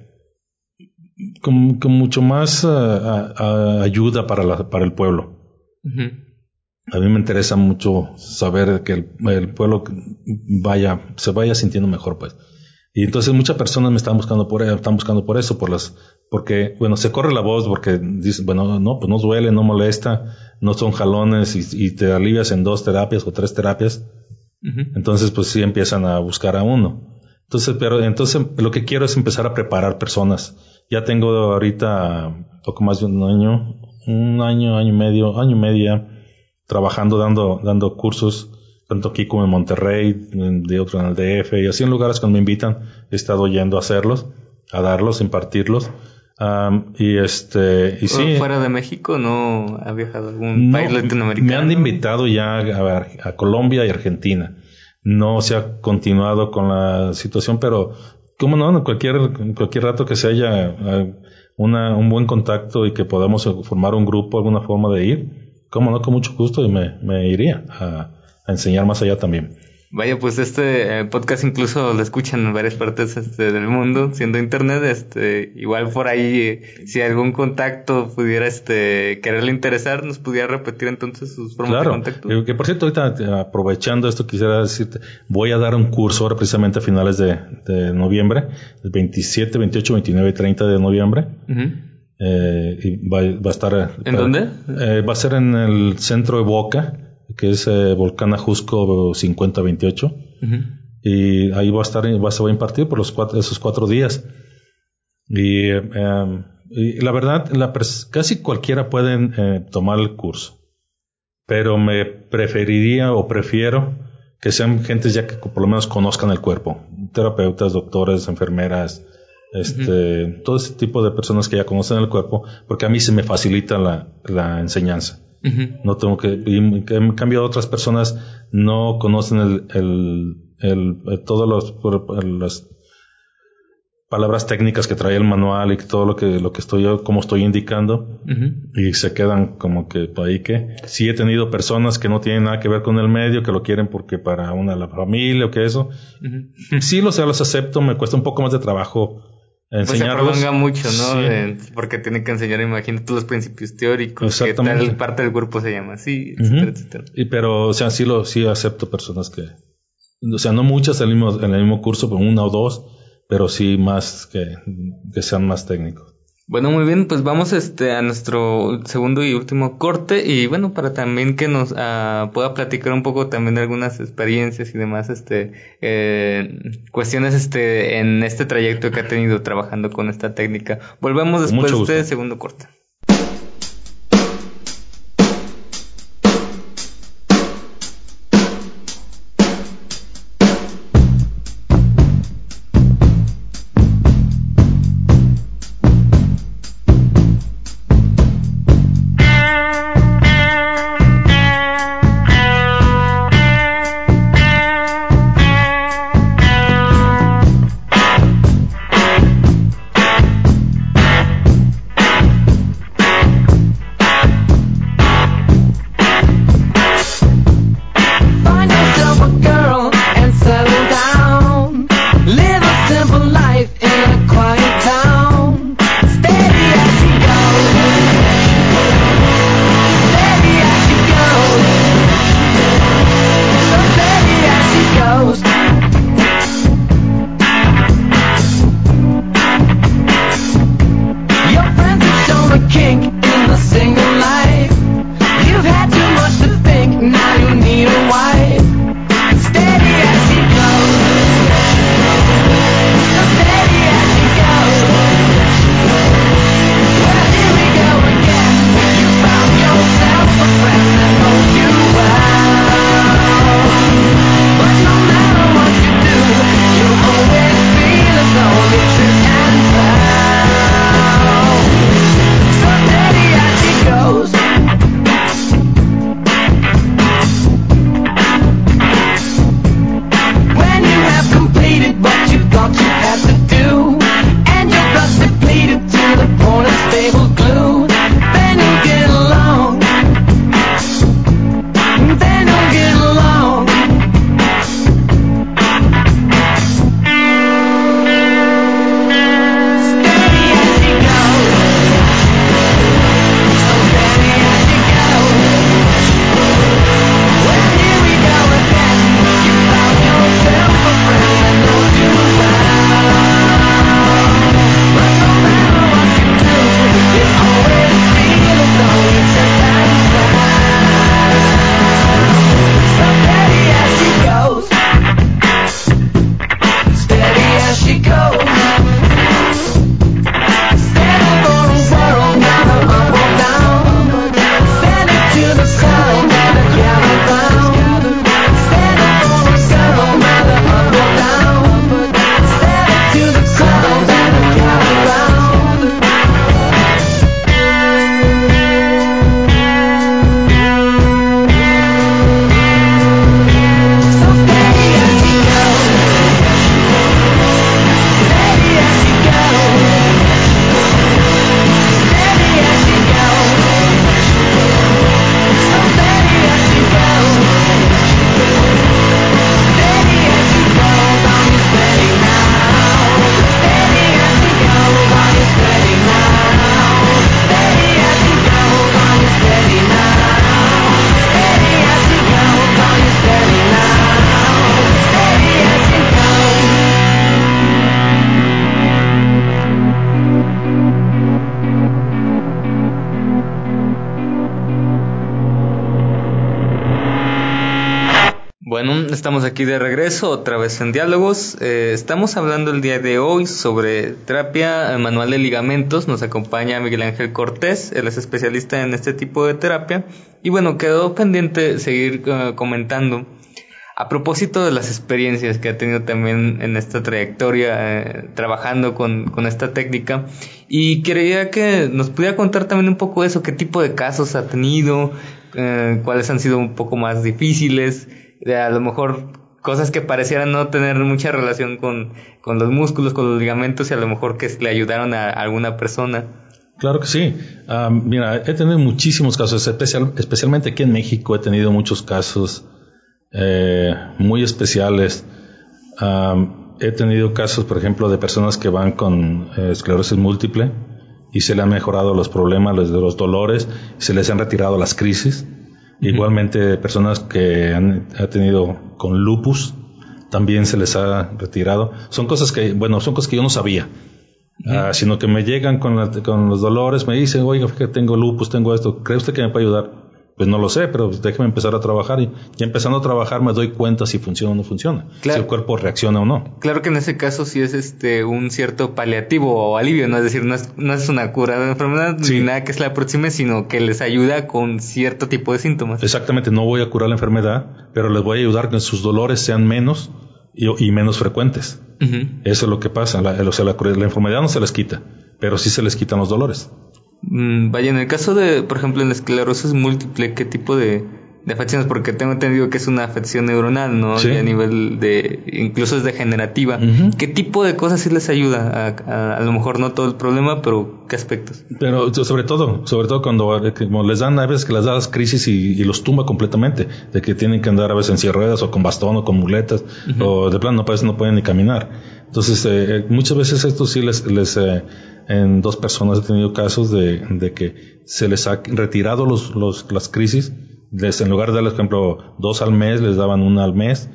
Con, con mucho más uh, uh, ayuda para, la, para el pueblo. Uh-huh. A mí me interesa mucho saber que el, el pueblo vaya, se vaya sintiendo mejor, pues. Y entonces muchas personas me están buscando por, están buscando por eso, por las, porque, bueno, se corre la voz porque dicen, bueno, no, pues no duele, no molesta, no son jalones y, y te alivias en dos terapias o tres terapias. Uh-huh. Entonces, pues sí empiezan a buscar a uno. Entonces, pero entonces lo que quiero es empezar a preparar personas. Ya tengo ahorita poco más de un año, un año, año y medio, año y medio trabajando, dando, dando cursos, tanto aquí como en Monterrey, de otro en el D F, y así en lugares cuando me invitan, he estado yendo a hacerlos, a darlos, impartirlos. Um, y este, y sí. ¿Fuera de México no ha viajado a algún no, país latinoamericano? Me han invitado ya a, a Colombia y Argentina. No se ha continuado con la situación, pero cómo no, en cualquier, en cualquier rato que se haya una, un buen contacto y que podamos formar un grupo, alguna forma de ir, cómo no, con mucho gusto y me, me iría a, a enseñar más allá también. Vaya, pues este eh, podcast incluso lo escuchan en varias partes este, del mundo, siendo internet, este, igual por ahí, eh, si algún contacto pudiera este quererle interesar, nos pudiera repetir entonces sus formas claro, de contacto. Claro, que por cierto, ahorita aprovechando esto, quisiera decirte, voy a dar un curso ahora precisamente a finales de, de noviembre, el veintisiete, veintiocho, veintinueve y treinta de noviembre. Uh-huh. Eh, y va, va a estar... ¿En eh, dónde? Eh, va a ser en el centro de Boca, que es eh, Volcán Ajusco cincuenta veintiocho. Uh-huh. Y ahí va a estar, va, se va a impartir por los cuatro, esos cuatro días. Y, eh, y la verdad, la pres- casi cualquiera puede eh, tomar el curso. Pero me preferiría o prefiero que sean gentes ya que por lo menos conozcan el cuerpo. Terapeutas, doctores, enfermeras, este, uh-huh. todo ese tipo de personas que ya conocen el cuerpo, porque a mí se me facilita la, la enseñanza. Uh-huh. No tengo que, y en cambio otras personas no conocen el, el, el, el todos los, las palabras técnicas que trae el manual y todo lo que, lo que estoy yo, como estoy indicando, uh-huh. y se quedan como que ahí que, sí he tenido personas que no tienen nada que ver con el medio, que lo quieren porque para una, la familia o que eso, uh-huh. sí los, los acepto, me cuesta un poco más de trabajo enseñarlos. Pues se prolonga mucho, ¿no? Sí. Eh, porque tiene que enseñar, imagínate, los principios teóricos, que tal parte del cuerpo se llama así, etcétera, uh-huh. etcétera. Y pero, o sea, sí lo, sí acepto personas que, o sea, no muchas en el mismo, en el mismo curso, pero una o dos, pero sí más que, que sean más técnicos. Bueno, muy bien, pues vamos este a nuestro segundo y último corte y bueno, para también que nos uh, pueda platicar un poco también de algunas experiencias y demás este eh, cuestiones este en este trayecto que ha tenido trabajando con esta técnica. Volvemos después de este segundo corte. Bueno, estamos aquí de regreso otra vez en Diálogos. Eh, estamos hablando el día de hoy sobre terapia manual de ligamentos. Nos acompaña Miguel Ángel Cortés, él es especialista en este tipo de terapia. Y bueno, quedó pendiente seguir uh, comentando a propósito de las experiencias que ha tenido también en esta trayectoria eh, trabajando con, con esta técnica. Y quería que nos pudiera contar también un poco eso, qué tipo de casos ha tenido, eh, cuáles han sido un poco más difíciles. De a lo mejor cosas que parecieran no tener mucha relación con, con los músculos, con los ligamentos, y a lo mejor que le ayudaron a, a alguna persona. Claro que sí. Uh, mira, he tenido muchísimos casos, especial, especialmente aquí en México he tenido muchos casos eh, muy especiales. Uh, he tenido casos, por ejemplo, de personas que van con eh, esclerosis múltiple y se le han mejorado los problemas, los, los dolores, se les han retirado las crisis. Igualmente, personas que han, han tenido con lupus, también se les ha retirado. Son cosas que, bueno, son cosas que yo no sabía, uh-huh. uh, sino que me llegan con, la, con los dolores, me dicen, oiga, fíjate, tengo lupus, tengo esto, ¿cree usted que me puede ayudar? Pues no lo sé, pero déjeme empezar a trabajar, y ya empezando a trabajar me doy cuenta si funciona o no funciona, claro. Si el cuerpo reacciona o no. Claro que en ese caso sí es este un cierto paliativo o alivio, ¿no? Es decir, no es, no es una cura de la enfermedad, sí. Ni nada que se la aproxime, sino que les ayuda con cierto tipo de síntomas. Exactamente, no voy a curar la enfermedad, pero les voy a ayudar que sus dolores sean menos y, y menos frecuentes. Uh-huh. Eso es lo que pasa, la, o sea, la, la enfermedad no se les quita, pero sí se les quitan los dolores. Mm, vaya, en el caso de, por ejemplo, en la esclerosis múltiple, ¿qué tipo de, de afecciones? Porque tengo entendido que es una afección neuronal, ¿no? Sí. Y a nivel de, incluso es degenerativa. Uh-huh. ¿Qué tipo de cosas sí les ayuda? A, a, a lo mejor no todo el problema, pero ¿qué aspectos? Pero sobre todo, sobre todo cuando como les dan, a veces que les da las crisis y, y los tumba completamente, de que tienen que andar a veces en silla de ruedas o con bastón o con muletas, uh-huh. o de plano, no, a veces no pueden ni caminar. Entonces, eh, muchas veces esto sí les, les eh, en dos personas he tenido casos de, de que se les ha retirado los, los, las crisis, les, en lugar de darles, por ejemplo, dos al mes, les daban una al mes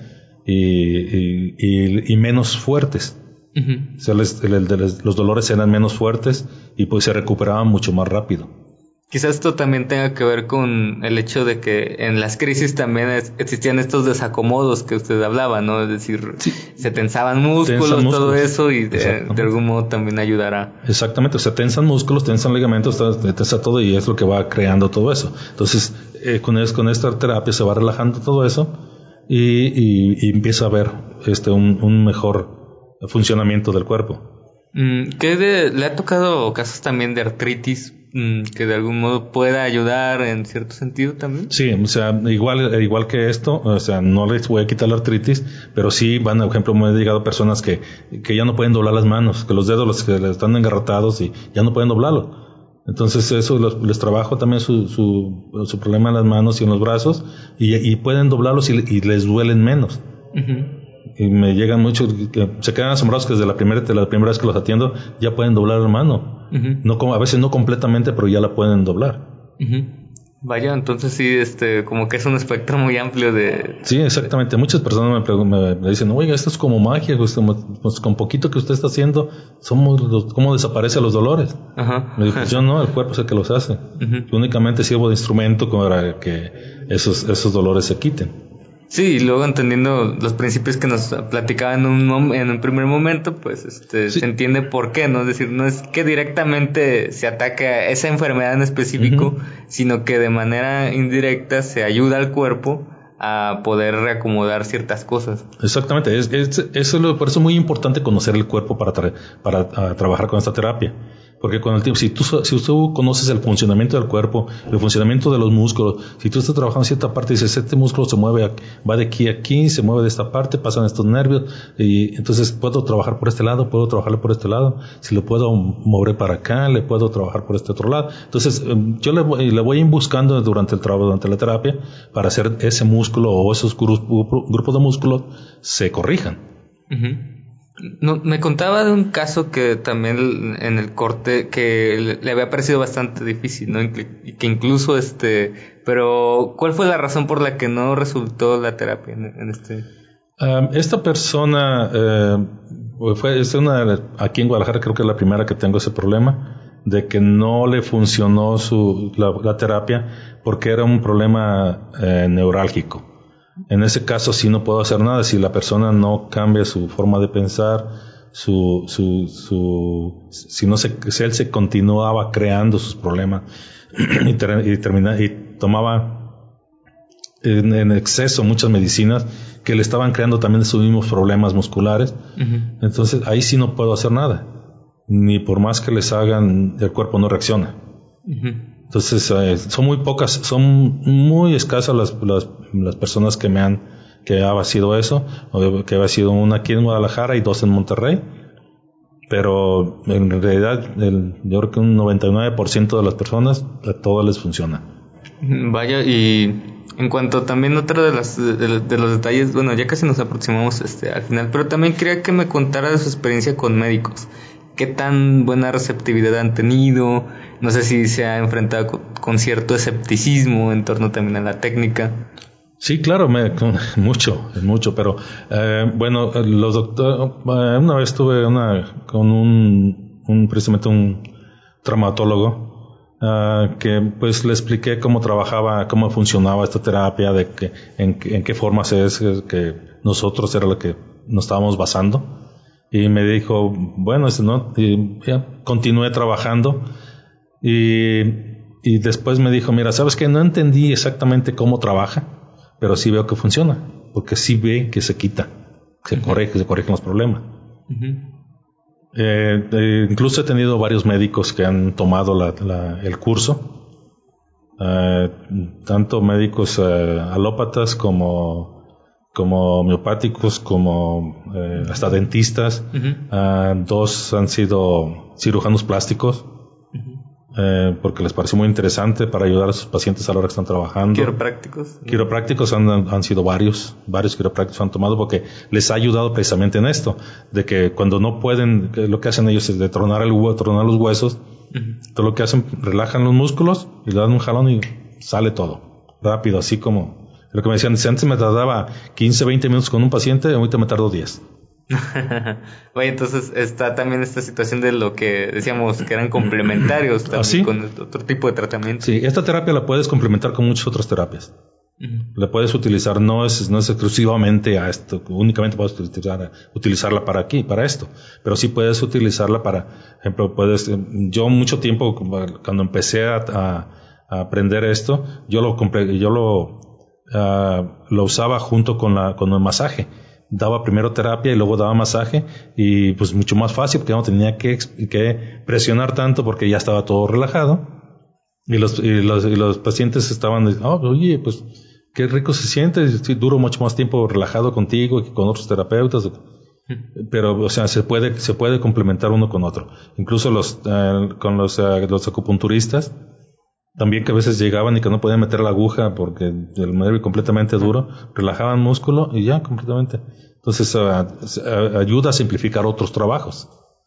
y, y, y, y menos fuertes. Uh-huh. O sea, les, el, el, les, los dolores eran menos fuertes y pues se recuperaban mucho más rápido. Quizás esto también tenga que ver con el hecho de que en las crisis también es, existían estos desacomodos que usted hablaba, ¿no? Es decir, sí. se tensaban músculos, tensan músculos, todo eso, y de, de algún modo también ayudará. Exactamente, o sea, tensan músculos, tensan ligamentos, tensa todo y es lo que va creando todo eso. Entonces, eh, con, es, con esta terapia se va relajando todo eso y, y, y empieza a haber este, un, un mejor funcionamiento del cuerpo. ¿Qué de, le ha tocado casos también de artritis que de algún modo pueda ayudar en cierto sentido también? Sí, o sea, igual igual que esto, o sea, no les voy a quitar la artritis, pero sí van, por ejemplo, me han llegado personas que, que ya no pueden doblar las manos, que los dedos los que están engarrotados y ya no pueden doblarlo. Entonces eso les, les trabajo también su, su, su problema en las manos y en los brazos y, y pueden doblarlos y, y les duelen menos. Uh-huh. Y me llegan muchos que se quedan asombrados que desde la primera, de la primera vez que los atiendo ya pueden doblar la mano. Uh-huh. No, como, a veces no completamente, pero ya la pueden doblar. Uh-huh. Vaya, entonces sí, este, como que es un espectro muy amplio de... Sí, exactamente. Muchas personas me, preguntan, me, me dicen, oiga, esto es como magia, pues, pues, con poquito que usted está haciendo, somos los, ¿cómo desaparecen los dolores? Ajá. Me digo, pues yo no, el cuerpo es el que los hace. Uh-huh. Yo únicamente sirvo de instrumento para que esos, esos dolores se quiten. Sí, y luego entendiendo los principios que nos platicaban en un, mom- en un primer momento, pues este sí. se entiende por qué, ¿no? Es decir, no es que directamente se ataque a esa enfermedad en específico, uh-huh. sino que de manera indirecta se ayuda al cuerpo a poder reacomodar ciertas cosas. Exactamente, es, es, eso es lo, por eso es muy importante conocer el cuerpo para, tra- para a, trabajar con esta terapia. Porque con el tiempo, si tú, si tú conoces el funcionamiento del cuerpo, el funcionamiento de los músculos, si tú estás trabajando en cierta parte y dices, este músculo se mueve, va de aquí a aquí, se mueve de esta parte, pasan estos nervios, y entonces puedo trabajar por este lado, puedo trabajarle por este lado, si lo puedo mover para acá, le puedo trabajar por este otro lado. Entonces, yo le voy, le voy a ir buscando durante el trabajo, durante la terapia, para hacer ese músculo o esos grupos, grupos de músculos se corrijan. Uh-huh. No, me contaba de un caso que también en el corte que le había parecido bastante difícil, ¿no? Y que incluso este, pero ¿cuál fue la razón por la que no resultó la terapia en, en este? Um, esta persona uh, fue es una aquí en Guadalajara creo que es la primera que tengo ese problema de que no le funcionó su la, la terapia porque era un problema eh, neurálgico. En ese caso sí no puedo hacer nada. Si la persona no cambia su forma de pensar, su, su, su, si no se, si él se continuaba creando sus problemas y, ter, y termina, y tomaba en, en exceso muchas medicinas que le estaban creando también sus mismos problemas musculares, uh-huh. Entonces ahí sí no puedo hacer nada. Ni por más que les hagan, el cuerpo no reacciona. Uh-huh. Entonces, eh, son muy pocas, son muy escasas las, las, las personas que me han, que ha sido eso, que ha sido una aquí en Guadalajara y dos en Monterrey, pero en realidad el, yo creo que un noventa y nueve por ciento de las personas, a todas les funciona. Vaya, y en cuanto también otro de, las, de, de los detalles, bueno, ya casi nos aproximamos este al final, pero también quería que me contara de su experiencia con médicos. ¿Qué tan buena receptividad han tenido? No sé si se ha enfrentado con, con cierto escepticismo en torno también a la técnica. Sí, claro, me, mucho, mucho, pero eh, bueno, los doctores, eh, una vez tuve una con un, un precisamente un traumatólogo eh, que pues le expliqué cómo trabajaba, cómo funcionaba esta terapia, de que en, en qué formas es que nosotros era lo que nos estábamos basando. Y me dijo, bueno, no, y ya, continué trabajando y, y después me dijo, mira, ¿sabes qué? No entendí exactamente cómo trabaja, pero sí veo que funciona, porque sí ve que se quita, se uh-huh. corrige, se corrigen los problemas. Uh-huh. Eh, eh, incluso he tenido varios médicos que han tomado la, la, el curso, eh, tanto médicos eh, alópatas como como homeopáticos, como eh, hasta dentistas. Uh-huh. Uh, dos han sido cirujanos plásticos, uh-huh. eh, porque les pareció muy interesante para ayudar a sus pacientes a la hora que están trabajando. ¿Quiroprácticos? Quiroprácticos han, han sido varios, varios quiroprácticos han tomado porque les ha ayudado precisamente en esto, de que cuando no pueden, lo que hacen ellos es de tronar, el, tronar los huesos, uh-huh. todo lo que hacen, relajan los músculos y le dan un jalón y sale todo, rápido, así como... Lo que me decían, si antes me tardaba quince, veinte minutos con un paciente, ahorita me tardo diez. Oye, entonces está también esta situación de lo que decíamos que eran complementarios también ¿Ah, sí? con otro tipo de tratamiento. Sí, esta terapia la puedes complementar con muchas otras terapias. Uh-huh. La puedes utilizar, no es, no es exclusivamente a esto, únicamente puedes utilizar, utilizarla para aquí, para esto, pero sí puedes utilizarla para, por ejemplo, puedes, yo mucho tiempo, cuando empecé a, a, a aprender esto, yo lo, yo lo, Uh, lo usaba junto con la con el masaje. Daba primero terapia y luego daba masaje y pues mucho más fácil porque no tenía que, que presionar tanto porque ya estaba todo relajado y los y los, y los pacientes estaban oh, oye pues qué rico se siente, duro mucho más tiempo relajado contigo que con otros terapeutas, pero o sea se puede se puede complementar uno con otro, incluso los uh, con los uh, los acupunturistas también, que a veces llegaban y que no podían meter la aguja porque el nervio completamente duro, relajaban músculo y ya completamente. Entonces uh, uh, ayuda a simplificar otros trabajos.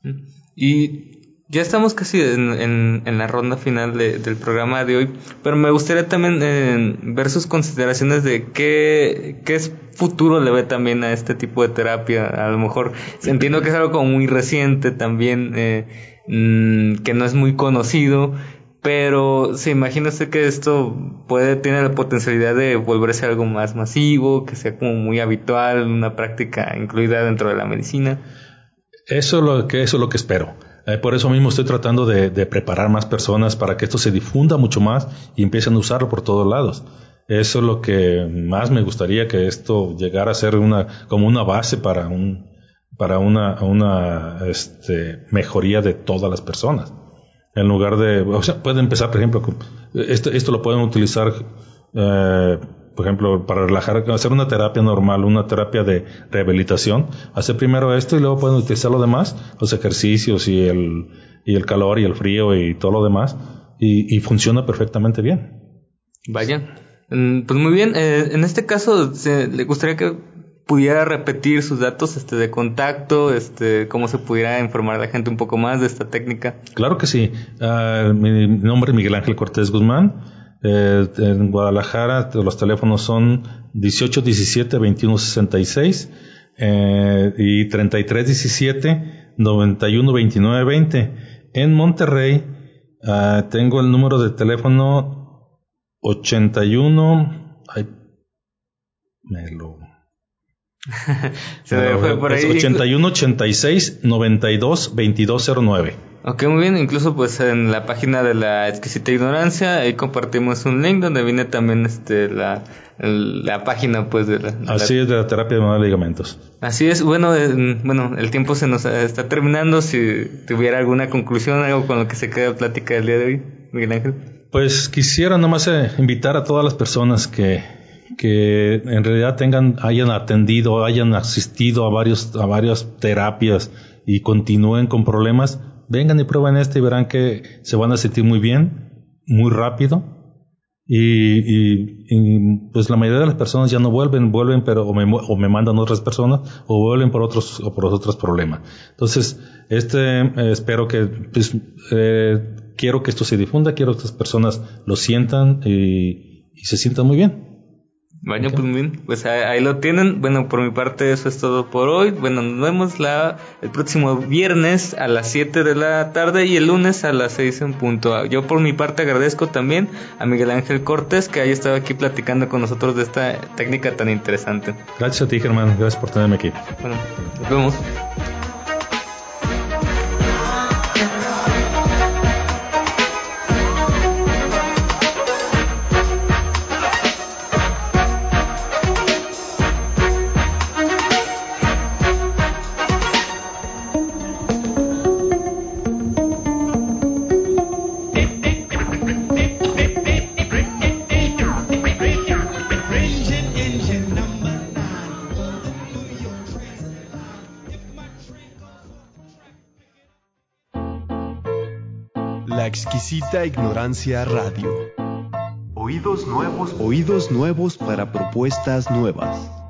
Y ya estamos casi en, en, en la ronda final de, del programa de hoy, pero me gustaría también eh, ver sus consideraciones de qué, qué es futuro le ve también a este tipo de terapia. A lo mejor entiendo que es algo como muy reciente también, eh, mmm, que no es muy conocido. Pero se imagina usted que esto puede tener la potencialidad de volverse algo más masivo, que sea como muy habitual, una práctica incluida dentro de la medicina. Eso es lo que, eso es lo que espero. Eh, por eso mismo estoy tratando de, de preparar más personas para que esto se difunda mucho más y empiecen a usarlo por todos lados. Eso es lo que más me gustaría, que esto llegara a ser una, como una base para un, para una, una, este, mejoría de todas las personas. En lugar de, o sea, pueden empezar, por ejemplo, esto, esto lo pueden utilizar, eh, por ejemplo, para relajar, hacer una terapia normal, una terapia de rehabilitación, hacer primero esto y luego pueden utilizar lo demás, los ejercicios y el, y el calor y el frío y todo lo demás, y, y funciona perfectamente bien. Vaya, pues muy bien, eh, en este caso, se, ¿le gustaría que pudiera repetir sus datos este de contacto, este cómo se pudiera informar a la gente un poco más de esta técnica? Claro que sí. Uh, mi nombre es Miguel Ángel Cortés Guzmán. Eh, en Guadalajara los teléfonos son dieciocho diecisiete veintiuno sesenta y seis eh, y treinta y tres diecisiete noventa y uno veintinueve veinte. En Monterrey uh, tengo el número de teléfono ochenta y uno... Ay, me lo... Se me fue por ahí. ochenta y uno, ochenta y seis, noventa y dos, veintidós cero nueve. Ok, muy bien. Incluso pues en la página de la Exquisita Ignorancia ahí compartimos un link donde viene también este la, la página pues de la... De Así la... es, de la terapia de de ligamentos. Así es. Bueno, eh, bueno, el tiempo se nos está terminando. Si tuviera alguna conclusión, algo con lo que se queda la plática del día de hoy, Miguel Ángel. Pues quisiera nomás eh, invitar a todas las personas que, que en realidad tengan, hayan atendido, hayan asistido a varios, a varias terapias y continúen con problemas, vengan y prueben este y verán que se van a sentir muy bien, muy rápido. Y, y, y pues la mayoría de las personas ya no vuelven, vuelven pero o me, o me mandan otras personas o vuelven por otros o por otros problemas. Entonces, este eh, espero que pues, eh, quiero que esto se difunda, quiero que estas personas lo sientan y, y se sientan muy bien. Bueno, okay. Pues bien, pues ahí, ahí lo tienen. Bueno, por mi parte eso es todo por hoy. Bueno, nos vemos la el próximo viernes a las siete de la tarde y el lunes a las seis en punto. Yo por mi parte agradezco también a Miguel Ángel Cortés que haya estado aquí platicando con nosotros de esta técnica tan interesante. Gracias a ti, Germán. Gracias por tenerme aquí. Bueno, nos vemos. La Exquisita Ignorancia Radio. Oídos nuevos. Oídos nuevos para propuestas nuevas.